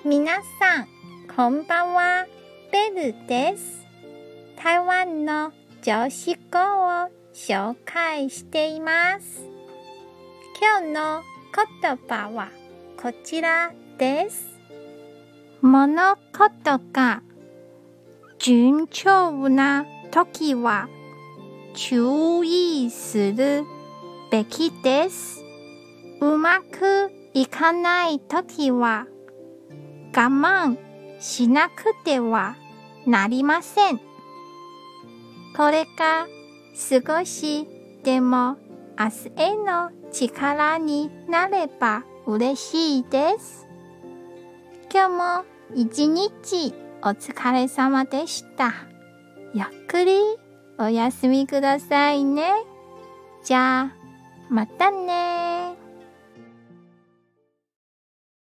皆さん、こんばんは。ベルです。台湾の常識語を紹介しています。今日の言葉はこちらです。物事が順調な時は注意するべきです。うまくいかない時は我慢しなくてはなりません。これが少しでも明日への力になれば嬉しいです。今日も一日お疲れ様でした。ゆっくりお休みくださいね。じゃあ、またね。